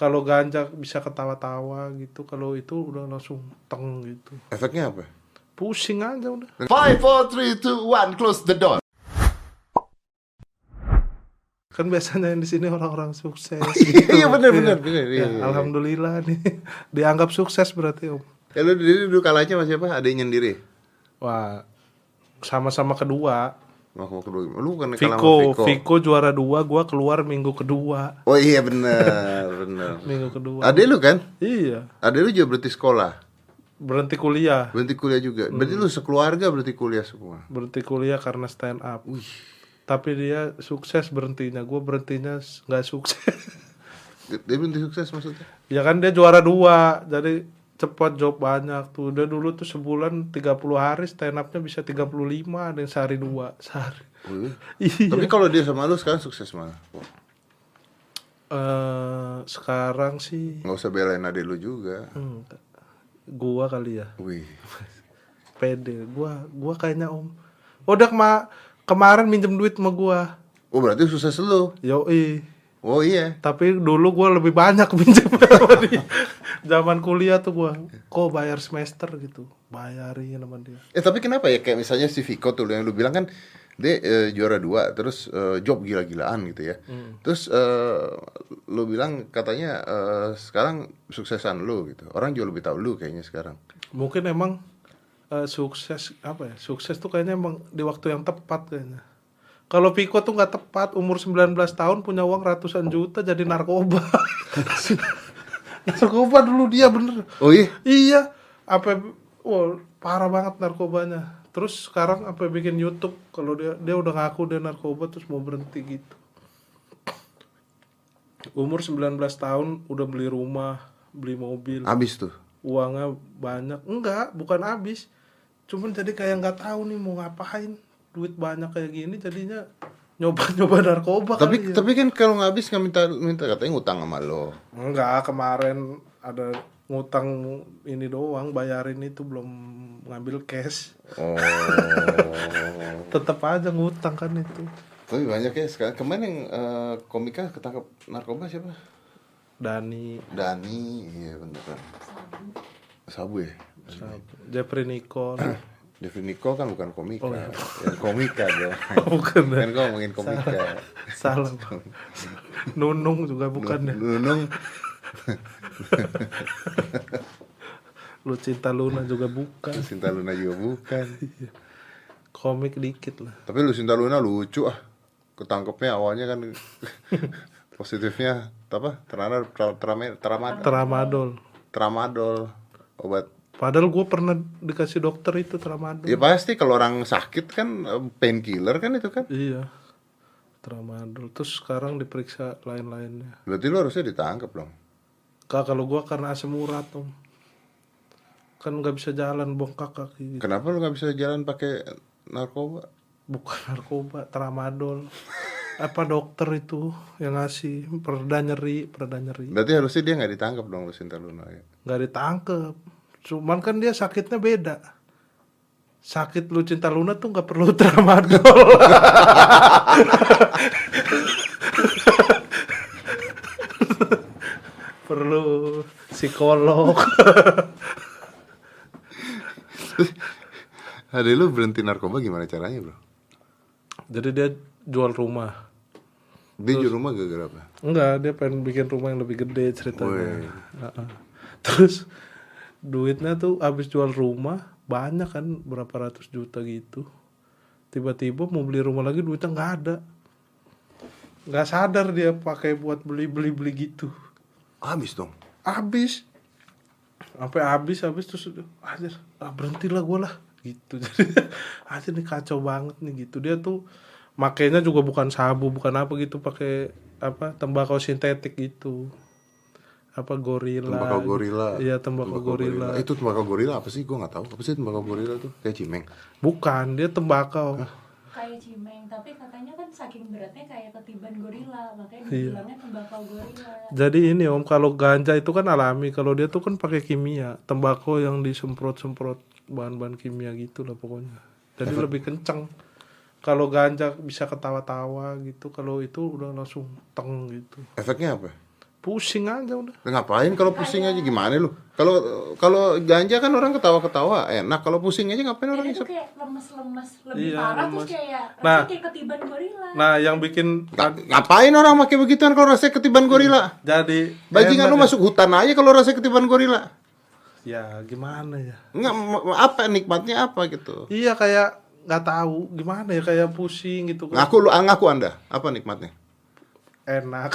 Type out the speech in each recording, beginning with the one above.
Kalau ganja bisa ketawa-tawa gitu, kalau itu udah langsung teng gitu. Efeknya apa? Pusing aja udah. 5, 4, 3, 2, 1, close the door. Kan biasanya yang di sini orang-orang sukses gitu. Iya benar. Ya, Iya. alhamdulillah nih dianggap sukses berarti Om. Ya lu dulu kalahnya sama siapa? Adanya sendiri. Wah, sama-sama kedua. Mau kedua. Lu bukan kalah sama Viko juara 2, gua keluar minggu kedua. Oh iya benar. Minggu kedua. Adek lu kan? Iya, Adek lu juga berhenti sekolah. berhenti kuliah. Berhenti kuliah juga. Berarti lu sekeluarga berhenti kuliah semua. Berhenti kuliah karena stand up. Tapi dia sukses berhentinya, gua berhentinya nggak sukses. Dia berhenti sukses maksudnya? Ya kan dia juara 2, jadi cepat job banyak tuh. Dia dulu tuh sebulan 30 hari stand up-nya bisa 35, ada yang sehari 2 sehari. Oh, iya. Iya. Tapi kalau dia sama lu sekarang sukses mana? Sekarang sih Nggak usah belain adek lu juga. gua kali ya. Wih. Pede. Gua kayaknya Om. Udah kemarin minjem duit sama gua. Oh berarti sukses lu. Yoi. Oh iya. Tapi dulu gua lebih banyak minjem sama dia. Zaman kuliah tuh gua kok bayar semester gitu. Bayarin sama dia. Tapi kenapa ya kayak misalnya si Viko tuh yang lu bilang kan dia juara 2 terus job gila-gilaan gitu ya. Terus lu bilang katanya sekarang suksesan lu gitu. Orang juga lebih tahu lu kayaknya sekarang. Mungkin emang sukses apa ya? Sukses tuh kayaknya emang di waktu yang tepat kayaknya. Kalau Viko tuh nggak tepat, umur 19 tahun punya uang ratusan juta jadi narkoba. Narkoba dulu dia bener. Oh iya. Iya, parah banget narkobanya. Terus sekarang apa bikin YouTube kalau dia udah ngaku dia narkoba terus mau berhenti gitu. Umur 19 tahun udah beli rumah, beli mobil. Abis tuh. Uangnya banyak. Enggak, bukan habis. Cuman jadi kayak nggak tahu nih mau ngapain. Duit banyak kayak gini jadinya nyoba narkoba Tapi kali ya. tapi kan kalau nggak habis nggak minta katanya ngutang sama lo. Enggak, kemarin ada ngutang ini doang, bayarin itu belum ngambil cash. Oh. Tetap aja ngutang kan itu. Tapi banyak ya sekarang. Kemarin yang komika ketangkep narkoba siapa? Dani, Iya bener kan. Sabu ya. Jeffrey Nicole. Devi Nicole kan bukan komika. Oh, iya. Yang komika dong. Bukan. Kan gue ngomongin komika. Salah. Nunung juga bukan ya. Nunung. Lucinta Luna juga bukan. Lucinta Luna juga bukan. Komik dikit lah. Tapi Lucinta Luna lucu ah. Ketangkepnya awalnya kan positifnya apa? Tramadol. Obat. Padahal gue pernah dikasih dokter itu tramadol. Ya pasti kalau orang sakit kan painkiller kan itu kan. Iya, tramadol. Terus sekarang diperiksa lain-lainnya. Berarti lu harusnya ditangkap dong. Kalau gue karena asam urat Om. Kan nggak bisa jalan bongkak kaki gitu. Kenapa lu nggak bisa jalan pakai narkoba? Bukan narkoba, tramadol. Apa dokter itu yang ngasih pereda nyeri. Berarti harusnya dia nggak ditangkap dong Lucinta Luna ya. Nggak ditangkep. Cuman kan dia sakitnya beda. Sakit Lucinta Luna tuh nggak perlu tramadol. Perlu psikolog. Adek lu berhenti narkoba gimana caranya bro? Jadi dia jual rumah. Dia jual rumah gara-gara apa? Enggak, dia pengen bikin rumah yang lebih gede ceritanya. Woi. Terus duitnya tuh habis jual rumah banyak kan, berapa ratus juta gitu. Tiba-tiba mau beli rumah lagi duitnya nggak ada. Nggak sadar dia pakai buat beli gitu. Habis dong. Habis. Sampai habis terus aja berhentilah gue lah gitu. Jadi aja nih kacau banget nih gitu. Dia tuh makainya juga bukan sabu, bukan apa gitu, pakai apa tembakau sintetik gitu. Apa gorila. Tembakau gorila. Iya, tembakau gorila. Itu tembakau gorila apa sih? Gue nggak tahu. Apa sih tembakau gorila tuh? Kayak cimeng. Bukan, dia tembakau. Kayak cimeng, tapi katanya kan saking beratnya kayak ketiban gorila, makanya Iya. dibilangnya tembakau gorila. Jadi ini Om, kalau ganja itu kan alami, kalau dia tuh kan pakai kimia. Tembakau yang disemprot-semprot bahan-bahan kimia gitu lah pokoknya. Jadi lebih kenceng. Kalau ganja bisa ketawa-tawa gitu, kalau itu udah langsung teng gitu. Efeknya apa? pusing aja udah. Ngapain kalau pusing aja gimana lu? Kalau ganja kan orang ketawa-ketawa enak, kalau pusing aja ngapain orang Ini tuh isep? kayak lemes-lemes, lebih Iya, parah lemes. terus kayak Nah. rasanya kayak ketiban gorila. Nah yang bikin Ngapain orang pakai begituan kalau rasanya ketiban gorila? jadi Bajingan enak lu ya. masuk hutan aja kalau rasanya ketiban gorila. Ya gimana ya? Enggak apa nikmatnya apa gitu. Iya kayak nggak tahu gimana ya, kayak pusing gitu kan. Ngaku Anda, apa nikmatnya? Enak.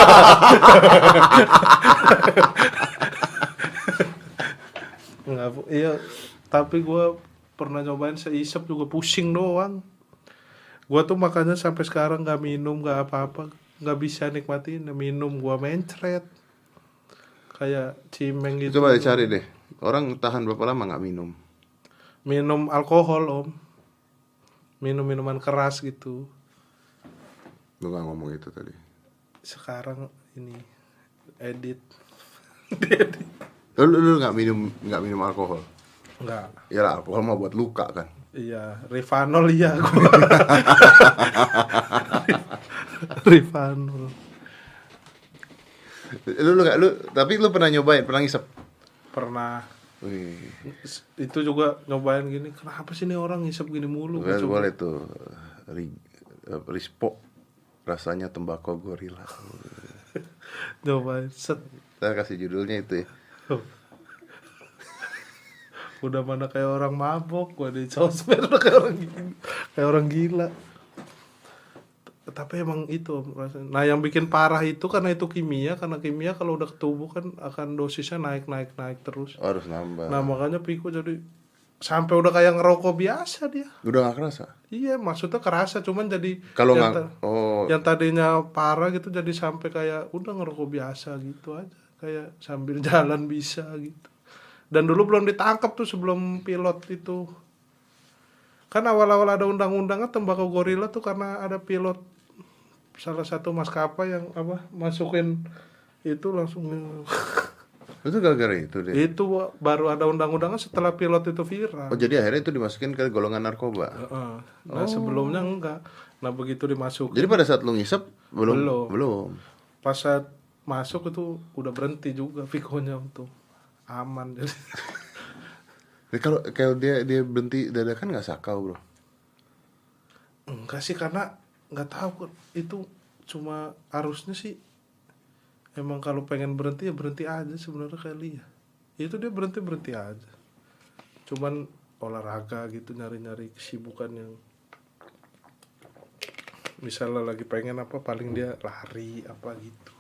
Nggak, iya. Tapi gue pernah nyobain seisep juga pusing doang. Gue tuh makanya sampai sekarang nggak minum, nggak apa-apa, nggak bisa nikmatin minum. Gue mencret kayak cimeng gitu. Coba dicari deh. Orang tahan berapa lama nggak minum? Minum alkohol om, minum minuman keras gitu. Lu nggak ngomong itu tadi. Sekarang ini edit. Lu nggak minum alkohol? Enggak. Ya lah, alkohol mah buat luka kan. Iya, Rivanol iya gua. Rivanol. Tapi lu pernah nyobain, pernah ngisep? Pernah. Wih, Itu juga nyobain gini. Kenapa sih nih orang ngisep gini mulu? Gua coba. boleh tuh. Rispo rasanya tembakau gorila. Nyobain set. Saya kasih judulnya itu ya. Udah mana kayak orang mabok, gua di sosmed udah kayak orang gila. Tapi emang itu rasanya. Nah yang bikin parah itu karena itu kimia, karena kimia kalau udah ke tubuh kan akan dosisnya naik terus. Harus nambah. Nah makanya Piko jadi sampai udah kayak ngerokok biasa dia. Udah gak kerasa? Iya maksudnya kerasa, cuman jadi Kalau yang, nggak, oh, yang tadinya parah gitu jadi sampai kayak udah ngerokok biasa gitu aja, kayak sambil jalan bisa gitu. Dan dulu belum ditangkap tuh sebelum pilot itu. Kan awal-awal ada undang-undangnya tembakau gorila tuh karena ada pilot salah satu maskapai yang masukin itu langsung. itu gara-gara itu deh. Itu baru ada undang-undangnya setelah pilot itu viral. Oh jadi akhirnya itu dimasukin ke golongan narkoba. Heeh. Nah sebelumnya enggak. Nah begitu dimasukin. Jadi pada saat lu ngisep Belum. belum. Pas saat masuk itu udah berhenti juga Vikonya tuh aman jadi. Jadi kalau dia berhenti dadakan nggak sakau bro? Enggak sih karena nggak tahu itu cuma arusnya sih emang kalau pengen berhenti ya berhenti aja sebenarnya kali ya. Itu dia berhenti aja. Cuman olahraga gitu nyari kesibukan yang misalnya lagi pengen apa paling dia lari apa gitu.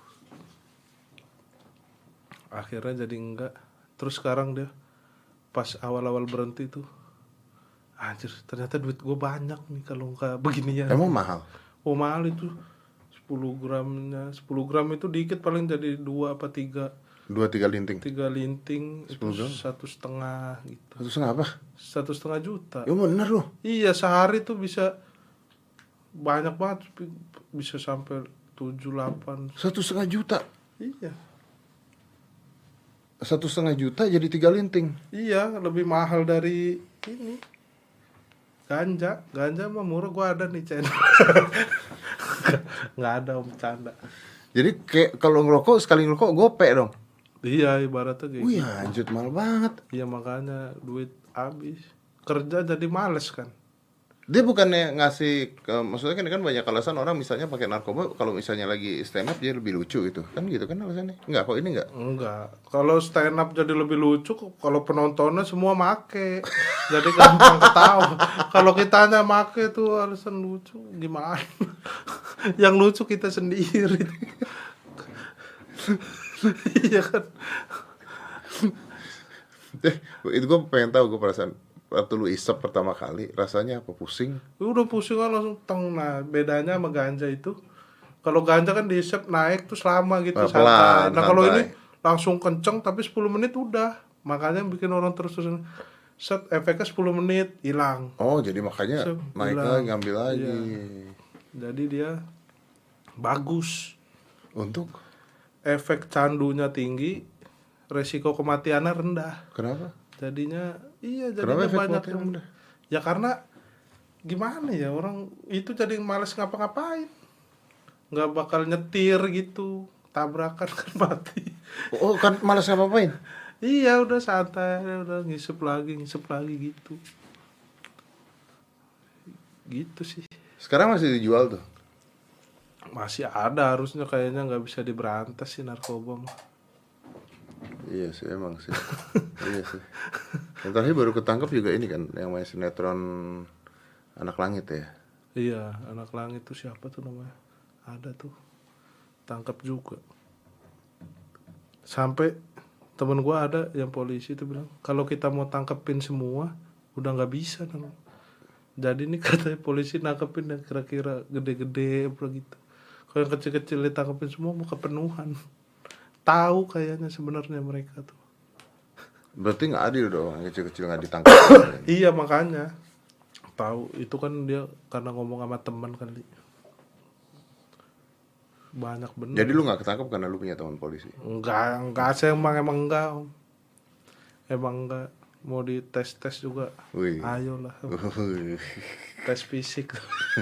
Akhirnya jadi enggak. Terus sekarang dia pas awal-awal berhenti tuh anjir ternyata duit gue banyak nih kalau nggak beginian. Emang mahal? Oh mahal itu 10 gramnya 10 gram itu dikit paling jadi 2 apa 3 2-3 linting. 3 linting 10 itu gram? 1,5 gitu. 1,5 apa? 1,5 juta. Ya bener loh. Iya sehari tuh bisa banyak banget, bisa sampai 7-8. 1,5 juta. Iya. 1,5 juta jadi 3 linting. Iya, lebih mahal dari ini. Ganja mah murah, gua ada nih channel. Nggak ada om, bercanda. Jadi kayak kalau ngerokok sekali ngerokok gope dong. Iya, ibaratnya kayak Wih gitu. anjir mahal banget. Iya makanya duit habis. Kerja jadi males kan. Dia bukannya ngasih maksudnya kan banyak alasan orang misalnya pakai narkoba kalau misalnya lagi stand up dia lebih lucu gitu. Kan gitu kan alasannya. Enggak kok ini enggak. Enggak. Kalau stand up jadi lebih lucu, kalau penontonnya semua make. Jadi gampang ketawa. Kalau kitanya make tuh alasan lucu gimana? Yang lucu kita sendiri. Iya kan. Itu gue pengen tahu gue perasaan waktu lu isep pertama kali rasanya apa, pusing? Udah pusing kan langsung teng. Nah bedanya sama ganja itu, kalau ganja kan diisep naik tuh lama gitu Pelan, santai. Nah kalau santai. ini langsung kenceng tapi 10 menit udah. Makanya yang bikin orang terus-terusan set efeknya 10 menit hilang. Oh jadi makanya naik Hilang. lagi ngambil lagi. Iya. Jadi dia bagus. Untuk Efek candunya tinggi, resiko kematiannya rendah. kenapa? Jadinya Kenapa efek banyak kematian rendah? Ya karena gimana ya, orang itu jadi males ngapa-ngapain, nggak bakal nyetir gitu tabrakan kan mati. Oh kan malas ngapa-ngapain. Iya udah santai, udah ngisep lagi gitu. Gitu sih. Sekarang masih dijual tuh. Masih ada, harusnya kayaknya nggak bisa diberantas sih narkoba mah. Iya sih emang sih. Iya sih. Yang terakhir baru ketangkep juga ini kan, yang main sinetron Anak Langit ya. Iya, Anak Langit tuh siapa tuh namanya? Ada tuh. Tangkap juga. Sampai temen gua ada yang polisi tuh bilang, kalau kita mau tangkepin semua, udah nggak bisa namanya. Jadi ini katanya polisi nangkepin yang kira-kira gede-gede apa gitu. Kalau yang kecil-kecil ditangkepin semua mau kepenuhan. Tahu kayaknya sebenarnya mereka tuh. Berarti nggak adil dong, yang kecil-kecil nggak ditangkap. Iya makanya. Tahu itu kan dia karena ngomong sama teman kali. Banyak bener. Jadi lu nggak ketangkep karena lu punya teman polisi. Enggak sih emang enggak Om. Emang enggak mau dites juga. Wih. Ayolah. Tes fisik.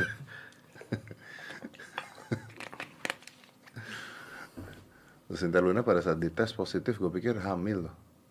Sinta Luna pada saat dites positif, gue pikir hamil loh.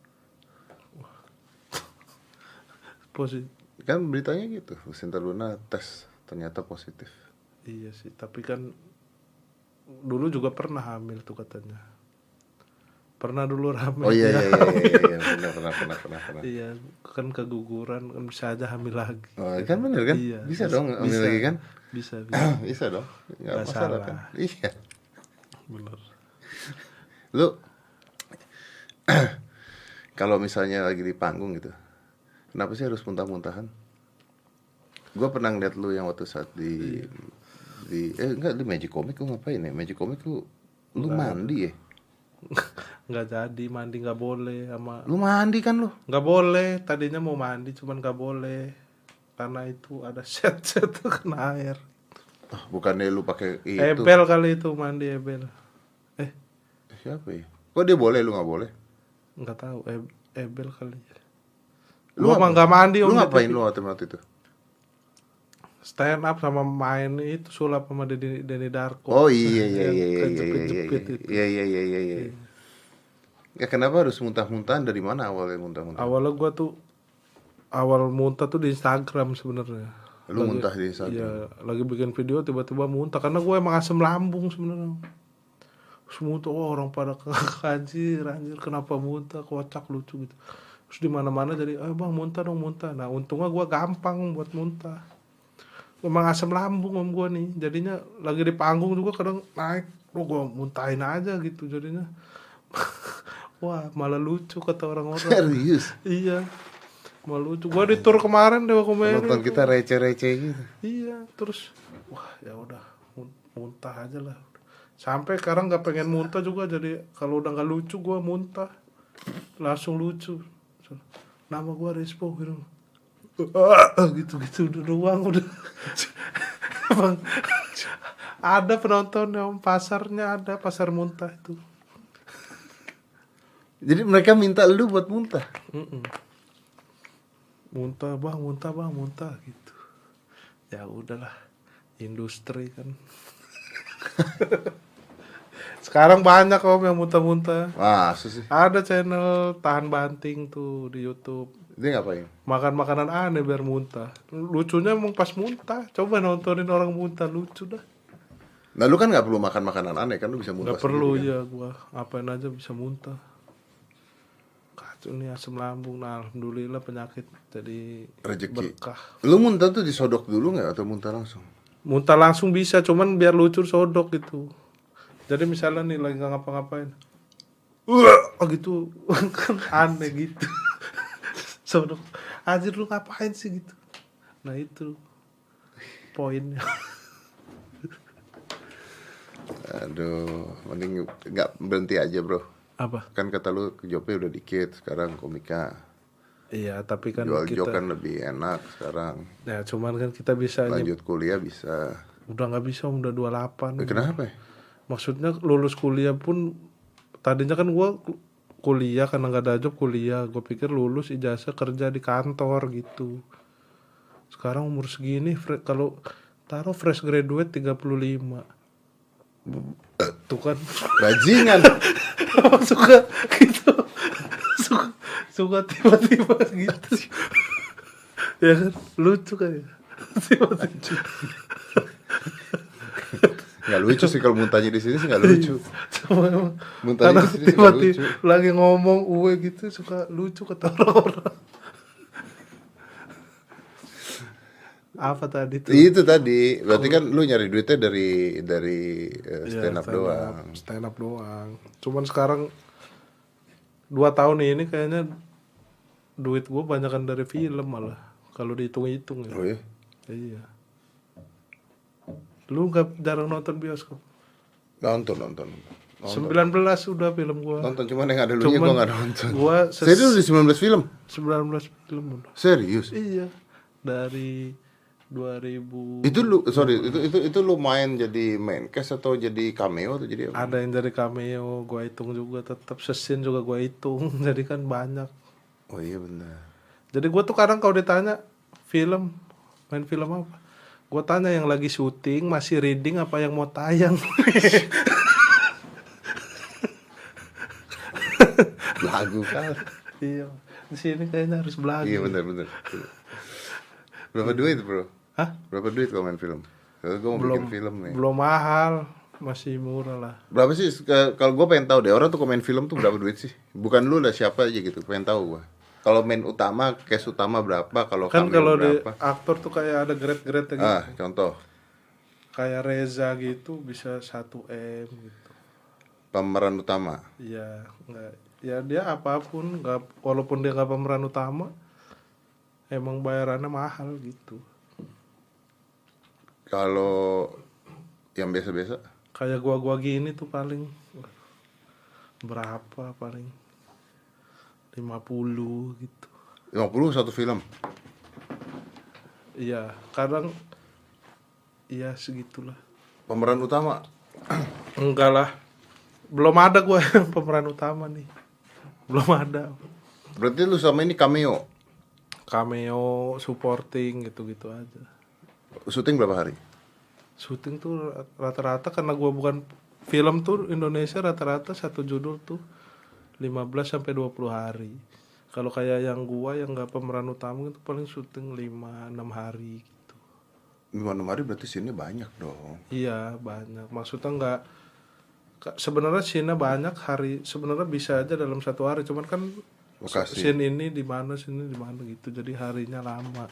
Positif. Kan beritanya gitu, Sinta Luna tes ternyata positif. Iya sih, tapi kan dulu juga pernah hamil tuh katanya. Pernah dulu hamil. Oh iya pernah. Iya, kan keguguran kan bisa aja hamil lagi. Oh, kan bener kan? Iya, bisa dong hamil lagi kan? Bisa. Bisa dong. Nggak Nggak masalah salah. kan? Iya. Bener. Lu kalau misalnya lagi di panggung gitu, kenapa sih harus muntah-muntahan? Gue pernah ngeliat lu yang waktu saat di Magic Comic lu ngapain ya? Magic Comic lu mandi ya? Nggak jadi mandi, nggak boleh sama. Lu mandi kan lu? Nggak boleh, tadinya mau mandi cuman nggak boleh karena itu ada set tuh kena air. Oh, bukannya lu pakai itu? Ebel kali itu mandi Ebel. Siapa ya? Kok dia boleh lu nggak boleh? Nggak tahu Ebel kali. Lu Gua mah nggak mandi Lu Om, ngapain gitu. lu waktu itu? Stand up sama main itu sulap sama Denny Darko. Oh iya. Kejepit-jepit itu. Iya. Ya kenapa harus muntah-muntahan? Dari mana awalnya muntah-muntahan? Awalnya gua tuh awal muntah tuh di Instagram sebenarnya. Lu muntah di Instagram? Iya, lagi bikin video tiba-tiba muntah karena gue emang asam lambung sebenarnya. Semua tuh orang pada anjir kenapa muntah, kocak lucu gitu. Terus di mana-mana jadi bang muntah dong muntah. Nah untungnya gue gampang buat muntah. Memang asam lambung om gue nih. Jadinya lagi di panggung juga kadang naik, gue muntahin aja gitu jadinya. Wah malah lucu kata orang-orang. Serius? Iya. Malah lucu. Gue di tour kemarin Dewa Komedi. Nonton kita receh-receh gitu. Iya terus wah ya udah muntah aja lah. Sampai sekarang nggak pengen muntah juga, jadi kalau udah nggak lucu gue muntah langsung lucu. Nama gue Respo gitu doang udah. Emang ada penonton yang pasarnya ada pasar muntah itu. Jadi mereka minta lu buat muntah. Muntah gitu. Ya udahlah, industri kan. Sekarang banyak om yang muntah-muntah. Wah, sih. Ada channel tahan banting tuh di YouTube. Dia ngapain? Makan makanan aneh biar muntah. Lucunya emang pas muntah. Coba nontonin orang muntah, lucu dah. Nah lu kan nggak perlu makan makanan aneh kan, lu bisa muntah. Gak perlu sendiri, kan? ya gua apain aja bisa muntah. Kacau nih asam lambung. Nah alhamdulillah penyakit jadi Rezeki. berkah. Lu muntah tuh disodok dulu nggak atau muntah langsung? Muntah langsung bisa, cuman biar lucu sodok gitu. Jadi misalnya nih lagi nggak ngapa-ngapain, gitu kan aneh gitu. Sodok, anjir lu ngapain sih gitu. Nah itu poinnya. Aduh, mending nggak berhenti aja bro. Apa? Kan kata lu jobnya udah dikit, sekarang komika. Iya tapi kan Jual kita job kan lebih enak sekarang. ya cuman kan kita bisa Lanjut kuliah bisa. udah nggak bisa udah 28. Kenapa ya? Maksudnya lulus kuliah pun tadinya kan gua kuliah karena nggak ada job kuliah, gue pikir lulus ijazah kerja di kantor gitu. Sekarang umur segini kalau taruh fresh graduate 35 Tuh kan. Bajingan. suka gitu. Suka tiba-tiba gitu. Ya kan lucu kan ya. Tiba-tiba. Nggak lucu sih kalau muntahnya di sini sih nggak lucu. Cuma emang Muntahnya karena di sini sih nggak tiba-tiba lucu. lagi ngomong uwe gitu suka lucu kata orang-orang. Apa tadi tuh? Itu tadi, berarti kan lu nyari duitnya dari Iya, stand up doang. Stand up doang. Cuman sekarang 2 tahun ini kayaknya duit gue banyakan dari film malah. Kalau dihitung-hitung ya. Oh ya? Iya. Lu gak jarang nonton bioskop? Nonton. 19 udah film gua. Nonton cuman yang ada lu nya Cuman gua nggak nonton. gua Serius di 19 film? 19 film udah. Serius? Iya. Dari 2000 Itu lu main jadi main cast atau jadi cameo atau jadi apa? ada yang dari cameo, gua hitung juga tetap sesin juga gua hitung. Jadi kan banyak. Oh iya benar. Jadi gua tuh kadang kalau ditanya film, main film apa? Gua tanya yang lagi syuting, masih reading apa yang mau tayang. Lagu kan. Iya. Di sini kayaknya harus belagu. Iya benar. Berapa duit, Bro? Hah? Berapa duit kalau main film? Kalau gue mau bikin film nih. Belum mahal, masih murah lah. Berapa sih kalau gue pengen tahu deh orang tuh kalau main film tuh berapa duit sih? Bukan lu lah siapa aja gitu, pengen tahu gue. Kalau main utama, case utama berapa? Kalau Kan cameo kalau di berapa? aktor tuh kayak ada grade-grade gitu. Contoh Kayak Reza gitu bisa 1 M gitu. pemeran utama. Iya, enggak. Ya dia apapun, enggak, walaupun dia enggak pemeran utama, emang bayarannya mahal gitu. Kalau yang biasa-biasa? Kayak gua gini tuh paling berapa paling 50 gitu. 50 satu film. Iya, kadang iya segitulah. Pemeran utama. Enggak lah. Belum ada gua yang pemeran utama nih. Belum ada. Berarti lu sama ini cameo. Cameo, supporting gitu-gitu aja. Syuting berapa hari? Syuting tuh rata-rata karena gua bukan film tuh Indonesia rata-rata satu judul tuh 15 sampai 20 hari. Kalau kayak yang gua yang enggak pemeran utama itu paling syuting 5-6 hari gitu. 5-6 hari berarti sini banyak dong. Iya, banyak. Maksudnya enggak sebenarnya scene banyak hari, sebenarnya bisa aja dalam 1 hari, cuman kan Lokasi. scene ini di mana gitu, jadi harinya lama.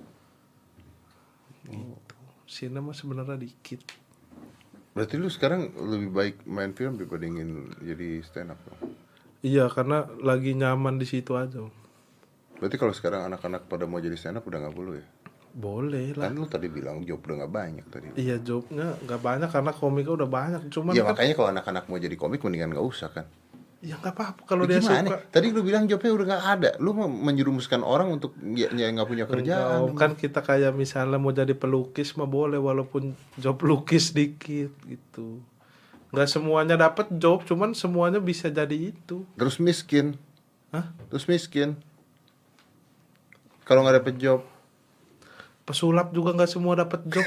Gitu. Scene mah sebenarnya dikit. Berarti lu sekarang lebih baik main film dibandingin jadi stand up dong? Iya, karena lagi nyaman di situ aja. Berarti kalau sekarang anak-anak pada mau jadi stand up udah nggak boleh ya? Boleh lah. Kan lu tadi bilang job udah nggak banyak tadi. Iya, jobnya nggak banyak karena komiknya udah banyak. Cuman Ya kan, makanya kalau anak-anak mau jadi komik mendingan nggak usah kan. ya nggak apa-apa kalau Ya dia gimana? suka. Tadi lu bilang jobnya udah nggak ada. Lu mau menjerumuskan orang untuk ya nggak punya Enggak, kerjaan. Om. Kan kita kayak misalnya mau jadi pelukis mah boleh walaupun job lukis dikit gitu. Nggak semuanya dapat job, cuman semuanya bisa jadi itu. Terus miskin. Hah? Terus miskin. Kalau nggak dapet job. Pesulap juga nggak semua dapat job.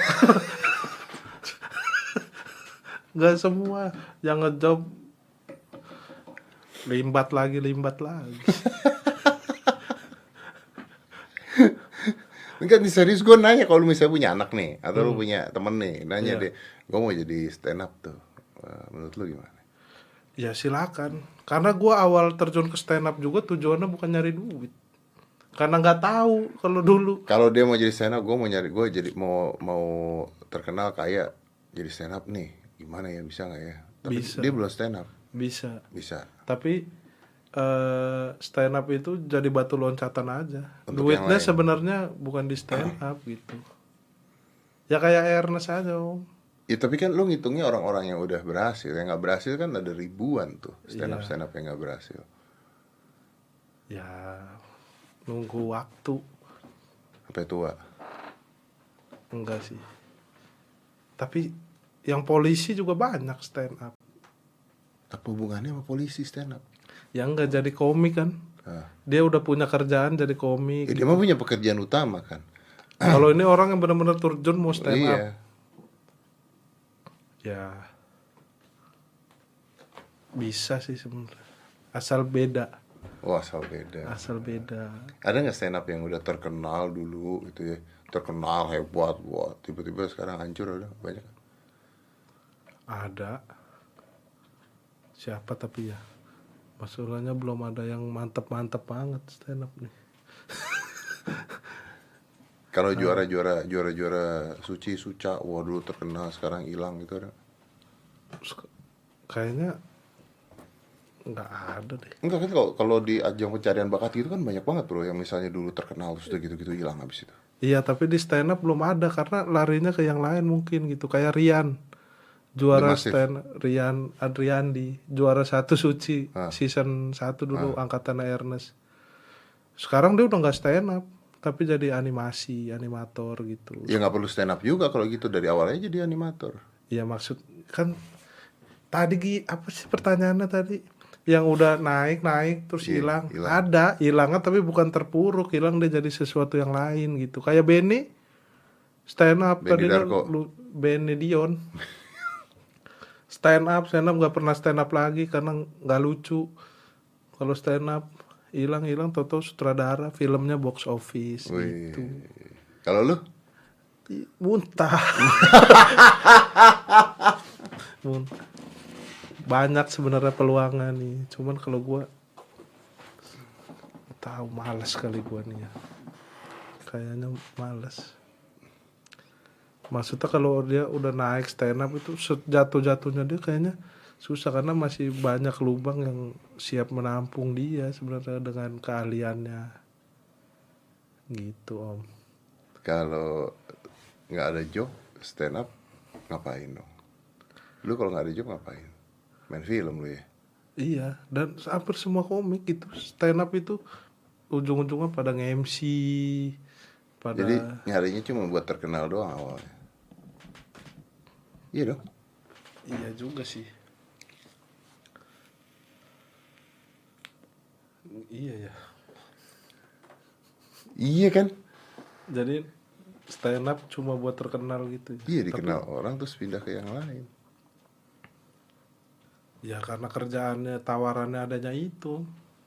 Nggak semua yang ngejob limbat lagi. Enggak nih serius gue nanya kalau lu misalnya punya anak nih atau lu punya temen nih nanya Iya. deh, gue mau jadi stand up tuh. Menurut lu gimana? Ya silakan. Karena gua awal terjun ke stand up juga tujuannya bukan nyari duit. Karena nggak tahu kalau dulu. Kalau dia mau jadi stand up, gue mau terkenal kayak jadi stand up nih. Gimana ya, bisa nggak ya? Tapi Bisa. dia belum stand up. Bisa. Bisa. Tapi stand up itu jadi batu loncatan aja. Untuk yang Duitnya lain. sebenarnya bukan di stand up gitu. Ya kayak Ernest aja, Om. Ya tapi kan lu ngitungnya orang-orang yang udah berhasil. Yang nggak berhasil kan ada ribuan tuh stand up yang nggak berhasil. Ya nunggu waktu. Sampai tua. Enggak sih. Tapi yang polisi juga banyak stand up. Apa hubungannya sama polisi stand up? Yang enggak jadi komik kan. Nah, Dia udah punya kerjaan jadi komik. dia mah punya pekerjaan utama kan. Kalau ini orang yang benar-benar terjun mau stand up. Iya. Ya Bisa sih sebenarnya. Asal beda. Oh, asal beda. Asal beda. Ada nggak stand up yang udah terkenal dulu gitu ya, terkenal hebat, wah tiba-tiba sekarang hancur, ada banyak? Ada. Siapa tapi ya. Masalahnya belum ada yang mantep-mantep banget stand up nih. Kalau juara Suci Suca, wah dulu terkenal sekarang hilang gitu ada? Kayaknya nggak ada deh. Enggak kan, kalau di ajang pencarian bakat gitu kan banyak banget bro yang misalnya dulu terkenal terus udah gitu-gitu hilang habis itu. Iya, tapi di stand up belum ada karena larinya ke yang lain mungkin gitu. Kayak Rian, juara The Massive. stand Rian Adriandi, juara 1 Suci season 1 dulu angkatan Ernest. Sekarang dia udah nggak stand up, tapi jadi animator gitu. Ya nggak perlu stand up juga kalau gitu, dari awal aja jadi animator. Iya maksud kan tadi apa sih pertanyaannya tadi? Yang udah naik terus Iya, hilang. hilang. Ada hilangnya tapi bukan terpuruk, hilang dia jadi sesuatu yang lain gitu. Kayak Benny stand up Benny tadinya Darko. Benny Dion stand up nggak pernah stand up lagi karena nggak lucu. Kalau stand up hilang toto sutradara filmnya box office Wih. gitu. Kalau lu? Muntah. Muntah. Banyak sebenarnya peluangnya nih, cuman kalau gua tahu malas kali gua nih ya. Kayaknya malas. Maksudnya kalau dia udah naik stand up itu jatuh-jatuhnya dia kayaknya susah karena masih banyak lubang yang siap menampung dia sebenarnya dengan keahliannya. Gitu Om. Kalau nggak ada job stand up ngapain dong? Lu kalau nggak ada job ngapain? Main film lu ya? Iya, dan hampir semua komik itu stand up itu ujung-ujungnya pada nge-MC, pada Jadi nyarinya cuma buat terkenal doang awalnya. Iya dong. iya juga sih. Iya ya. Iya kan? Jadi stand up cuma buat terkenal gitu. Iya Tapi, dikenal orang terus pindah ke yang lain. ya karena kerjaannya tawarannya adanya itu.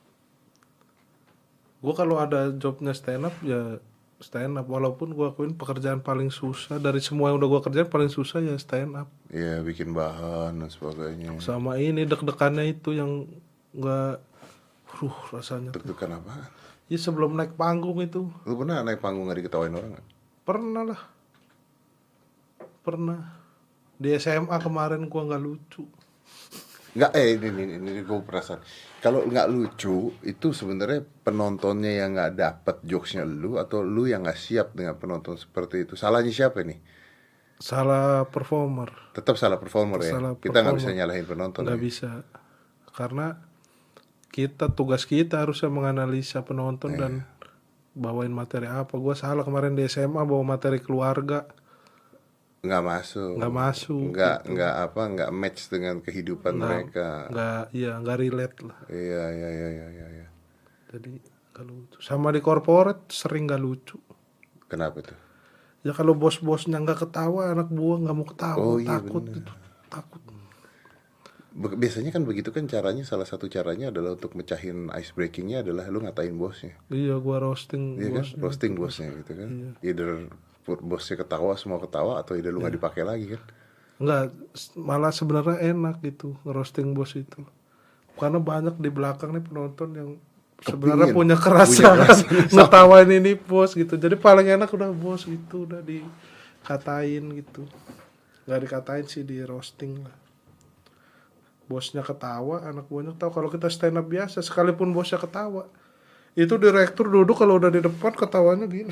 Gue kalau ada jobnya stand up ya stand up, walaupun gue akuin pekerjaan paling susah dari semua yang udah gue kerjain paling susah ya stand up. Iya bikin bahan dan sebagainya. Sama ini deg-degannya itu yang nggak rasanya tuh. Deg-degan apaan? Ya sebelum naik panggung itu Lu pernah naik panggung nggak diketawain orang nggak? pernah lah. Pernah. Di SMA kemarin gue nggak lucu. Nggak, ini gue perasaan. Kalau nggak lucu itu sebenarnya penontonnya yang nggak dapet jokesnya lu atau lu yang nggak siap dengan penonton seperti itu. Salahnya siapa nih? Salah performer. Tetap salah performer ya. Salah Kita nggak bisa performer. nyalahin penonton. Nggak Ya? bisa. Karena tugas kita harusnya menganalisa penonton dan bawain materi apa. Gue salah kemarin di SMA bawa materi keluarga. Nggak masuk. Nggak match dengan kehidupan mereka. Nggak relate lah. Iya. Jadi nggak lucu. Sama di corporate sering nggak lucu. Kenapa tuh? Ya kalau bos-bosnya nggak ketawa, anak buah nggak mau ketawa, Oh, iya, takut bener. gitu, takut. Biasanya kan begitu kan caranya, salah satu caranya adalah untuk mecahin ice breakingnya adalah lu ngatain bosnya. Iya, gua roasting Iya kan? bosnya. Roasting bosnya gitu kan. Iya. Either bosnya ketawa, semua ketawa, atau either lu nggak dipakai lagi kan. Enggak, malah sebenarnya enak gitu ngerosting bos itu. Karena banyak di belakang nih penonton yang sebenarnya punya kerasa ngetawain ini bos gitu. Jadi paling enak udah bos gitu, udah dikatain gitu. Nggak dikatain sih, di roasting lah. Bosnya ketawa, anak buahnya ketawa. Kalau kita stand up biasa, sekalipun bosnya ketawa, itu direktur duduk kalau udah di depan ketawanya gini.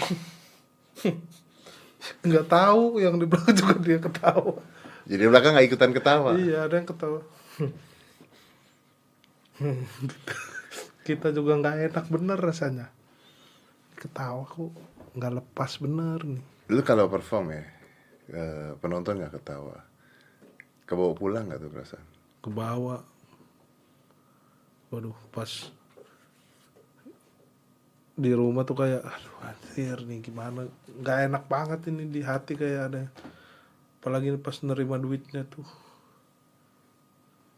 Nggak tahu yang di belakang juga dia ketawa. Jadi di belakang nggak ikutan ketawa. Iya, ada yang ketawa. Kita juga nggak enak bener rasanya. Ketawa kok nggak lepas bener nih. Lu kalau perform ya, penonton nggak ketawa, kebawa pulang nggak tuh perasaan? Ke bawah. Waduh, pas di rumah tuh kayak aduh anjir nih gimana, nggak enak banget ini di hati, kayak ada, apalagi pas nerima duitnya tuh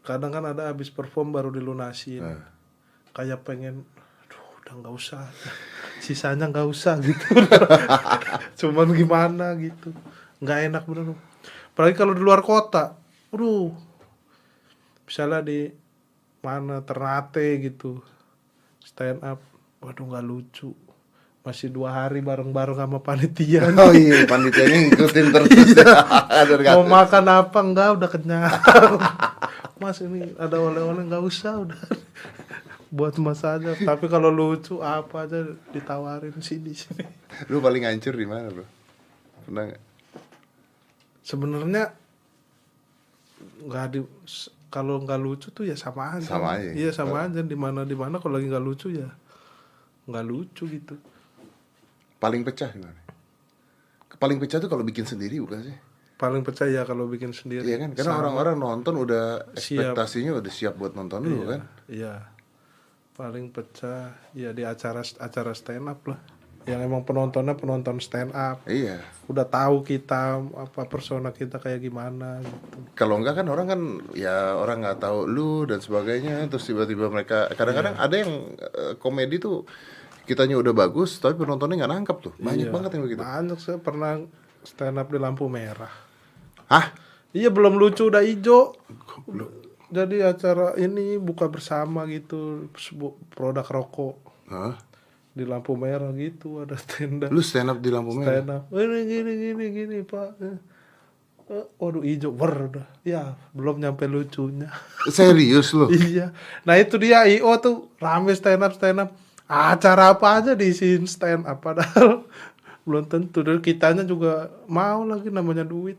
kadang kan ada habis perform baru dilunasin. Kayak pengen, aduh udah nggak usah, sisanya nggak usah gitu. Cuman gimana gitu, nggak enak bener. Apalagi kalau di luar kota, aduh, misalnya di mana Ternate gitu, stand up, waduh nggak lucu. Masih 2 hari bareng-bareng sama panitia. Oh iya, panitianya ngikutin terus. Mau makan apa enggak, udah kenyang. Mas ini ada oleh-oleh, nggak usah, udah buat mas aja. Tapi kalau lucu apa aja ditawarin sini. Lu paling hancur di mana, bro? Pernah nggak? Sebenarnya nggak di, kalau nggak lucu tuh ya sama aja. Sama aja. Iya sama aja, di mana kalau lagi nggak lucu ya nggak lucu gitu. Paling pecah di mana? Paling pecah tuh kalau bikin sendiri bukan sih? Paling percaya kalau bikin sendiri. Iya kan? Karena Sama. orang-orang nonton udah Siap. ekspektasinya udah siap buat nonton dulu kan? Iya. Paling pecah ya di acara stand up lah. Yang emang penontonnya penonton stand up. Iya. Udah tahu kita apa persona kita kayak gimana gitu. Kalau enggak kan orang kan ya orang nggak tahu lu dan sebagainya, terus tiba-tiba mereka kadang-kadang ada yang komedi tuh kitanya udah bagus tapi penontonnya nggak nangkep tuh. Banyak Iya. banget yang begitu. Banyak, saya pernah stand up di lampu merah. Hah? Iya belum lucu udah ijo. Jadi acara ini buka bersama gitu, produk rokok Hah? di lampu merah gitu, ada stand up. Lu stand up di lampu merah? Stand up. Gini Pak. Waduh ijo udah. Ya belum nyampe lucunya. Serius lu? Iya. Nah itu dia IO tuh rame stand up. Acara apa aja diisiin stand up padahal belum tentu. Dan kitanya juga mau lagi, namanya duit.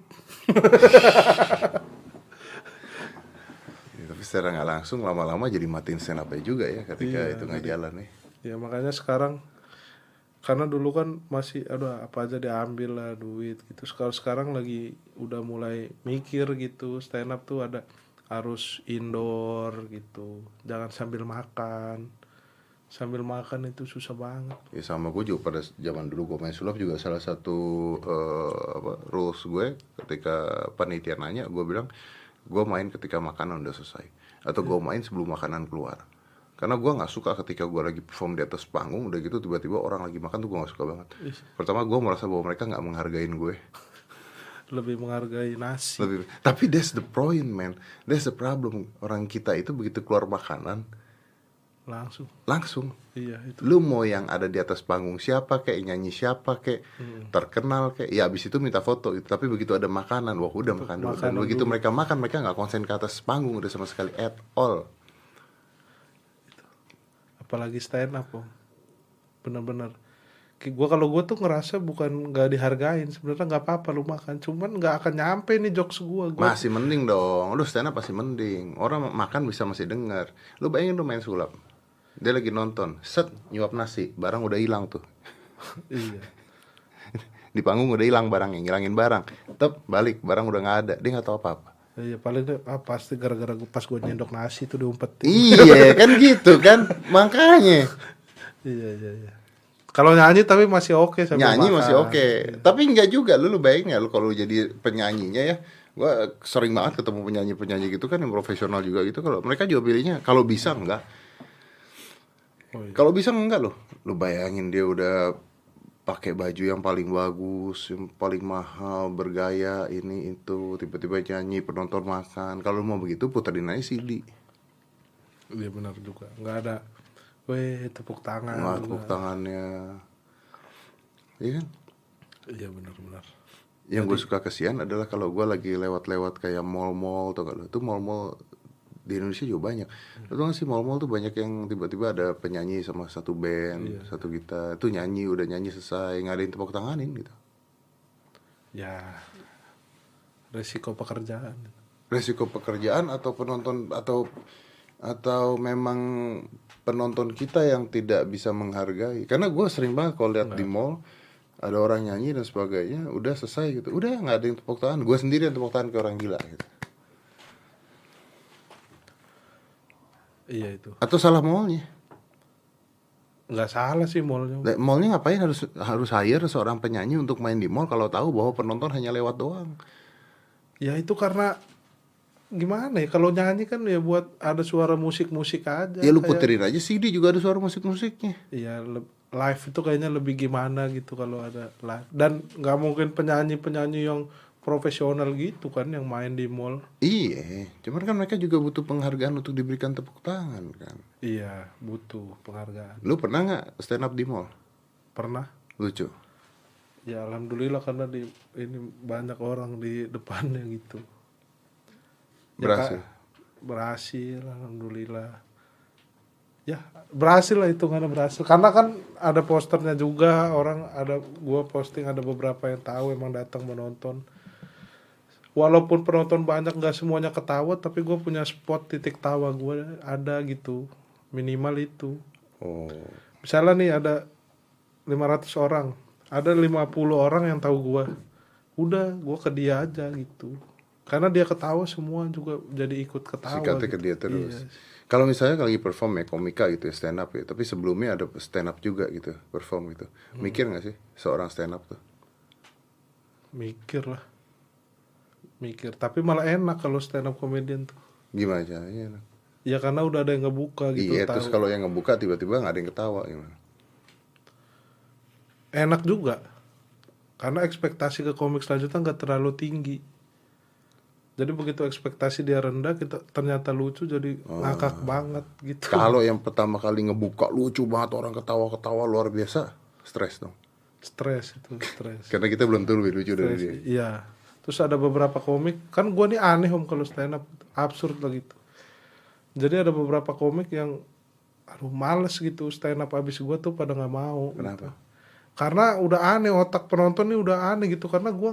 Ya, tapi secara nggak langsung lama-lama jadi matiin stand up juga ya ketika Iya, itu nggak jalan nih. Ya makanya sekarang, karena dulu kan masih aduh apa aja diambil lah duit gitu. Sekarang lagi udah mulai mikir gitu, stand up tuh harus indoor gitu, jangan sambil makan itu susah banget. Ya sama gue juga pada zaman dulu gue main sulap juga salah satu rules gue ketika panitia nanya gue bilang gue main ketika makanan udah selesai atau gue main sebelum makanan keluar. Karena gue nggak suka ketika gue lagi perform di atas panggung udah gitu tiba-tiba orang lagi makan tuh gue nggak suka banget. Pertama gue merasa bahwa mereka nggak menghargain gue. Lebih menghargai nasi. Tapi that's the point man, that's the problem. Orang kita itu begitu keluar makanan langsung. Iya itu. Lu mau yang ada di atas panggung siapa kayak nyanyi siapa kayak terkenal kayak ya abis itu minta foto gitu. Tapi begitu ada makanan wah udah makan dulu. Dan begitu mereka makan mereka nggak konsen ke atas panggung udah sama sekali at all. Apalagi stand up Om. Bener-bener kalau gue tuh ngerasa bukan nggak dihargain, sebenarnya nggak apa-apa lu makan, cuman nggak akan nyampe nih jokes gue. Masih mending dong, lu stand up masih mending. Orang makan bisa masih dengar. Lu bayangin lu main sulap, dia lagi nonton, set nyuap nasi, barang udah hilang tuh. Iya. Di panggung udah hilang barangnya, ngilangin barang, tep balik barang udah nggak ada, dia nggak tahu apa-apa. Iya paling pasti gara-gara pas gue nyendok nasi tuh diumpetin. Iya kan gitu kan, makanya. Iya. Kalau nyanyi tapi masih oke sambil Nyanyi makan. masih oke. Tapi enggak juga lu bayangin ya lu kalau jadi penyanyinya ya. Gua sering banget ketemu penyanyi gitu kan yang profesional juga gitu, kalau mereka juga pilihnya kalau bisa enggak. Oh, iya. Kalau bisa enggak loh. Lu bayangin dia udah pakai baju yang paling bagus, yang paling mahal, bergaya ini itu, tiba-tiba nyanyi penonton makan. Kalau mau begitu puterin aja CD. Iya benar juga. Enggak ada tepuk tangan. Nggak tepuk tangannya. Iya kan? Iya benar. Yang gue suka kesian adalah kalau gue lagi lewat-lewat kayak mall-mall tuh kalau itu mall-mall di Indonesia juga banyak. Lu tau gak sih mall-mall tuh banyak yang tiba-tiba ada penyanyi sama satu band, satu gitar, itu udah nyanyi selesai, nggak ada yang tepuk tanganin gitu. Ya resiko pekerjaan. Resiko pekerjaan atau penonton atau memang penonton kita yang tidak bisa menghargai. Karena gue sering banget kalau lihat di mall ada orang nyanyi dan sebagainya, udah selesai gitu, udah nggak ada yang tepuk tangan, gue sendiri yang tepuk tangan ke orang gila gitu. Iya itu. Atau salah mallnya? Nggak salah sih mallnya. Mallnya ngapain harus hire seorang penyanyi untuk main di mall kalau tahu bahwa penonton hanya lewat doang? Ya itu karena gimana ya, kalau nyanyi kan ya buat ada suara musik-musik aja. Ya lu kayak- puterin aja CD juga ada suara musik-musiknya. Iya, live itu kayaknya lebih gimana gitu kalau ada live. Dan nggak mungkin penyanyi-penyanyi yang profesional gitu kan yang main di mall. Iya, cuman kan mereka juga butuh penghargaan untuk diberikan tepuk tangan kan. Iya, butuh penghargaan. Lu pernah nggak stand up di mall? Pernah? Lucu. Ya alhamdulillah karena ini banyak orang di depannya gitu. Ya, Berhasil. berhasil, alhamdulillah. Ya berhasil lah, itu karena berhasil. Karena kan ada posternya juga, gua posting, ada beberapa yang tahu emang datang menonton. Walaupun penonton banyak nggak semuanya ketawa, tapi gue punya spot titik tawa gue ada gitu, minimal itu. Oh. Misalnya nih ada 500 orang, ada 50 orang yang tahu gue, udah gue ke dia aja gitu. Karena dia ketawa, semua juga jadi ikut ketawa. Sikatnya gitu. ke dia terus. Iya. Kalau misalnya lagi perform ya komika gitu ya, stand up ya, tapi sebelumnya ada stand up juga gitu, perform gitu. Mikir nggak sih seorang stand up tuh? Mikir lah, mikir. Tapi malah enak kalau stand up comedian tuh. Gimana caranya? Ya karena udah ada yang ngebuka gitu. Iya, tahu. terus kalau yang ngebuka tiba-tiba nggak ada yang ketawa gimana? Enak juga, karena ekspektasi ke komik selanjutnya nggak terlalu tinggi. Jadi begitu ekspektasi dia rendah, kita ternyata lucu, jadi ngakak banget gitu. Kalau yang pertama kali ngebuka lucu banget, orang ketawa-ketawa luar biasa, stres dong. Stres itu, stres. Karena kita belum tahu lebih lucu dari dia. Iya. Terus ada beberapa komik, kan gua nih aneh kalau stand up, absurd lah gitu. Jadi ada beberapa komik yang aduh males gitu stand up, abis gua tuh pada nggak mau. Kenapa? Karena udah aneh, otak penonton nih udah aneh gitu, karena gua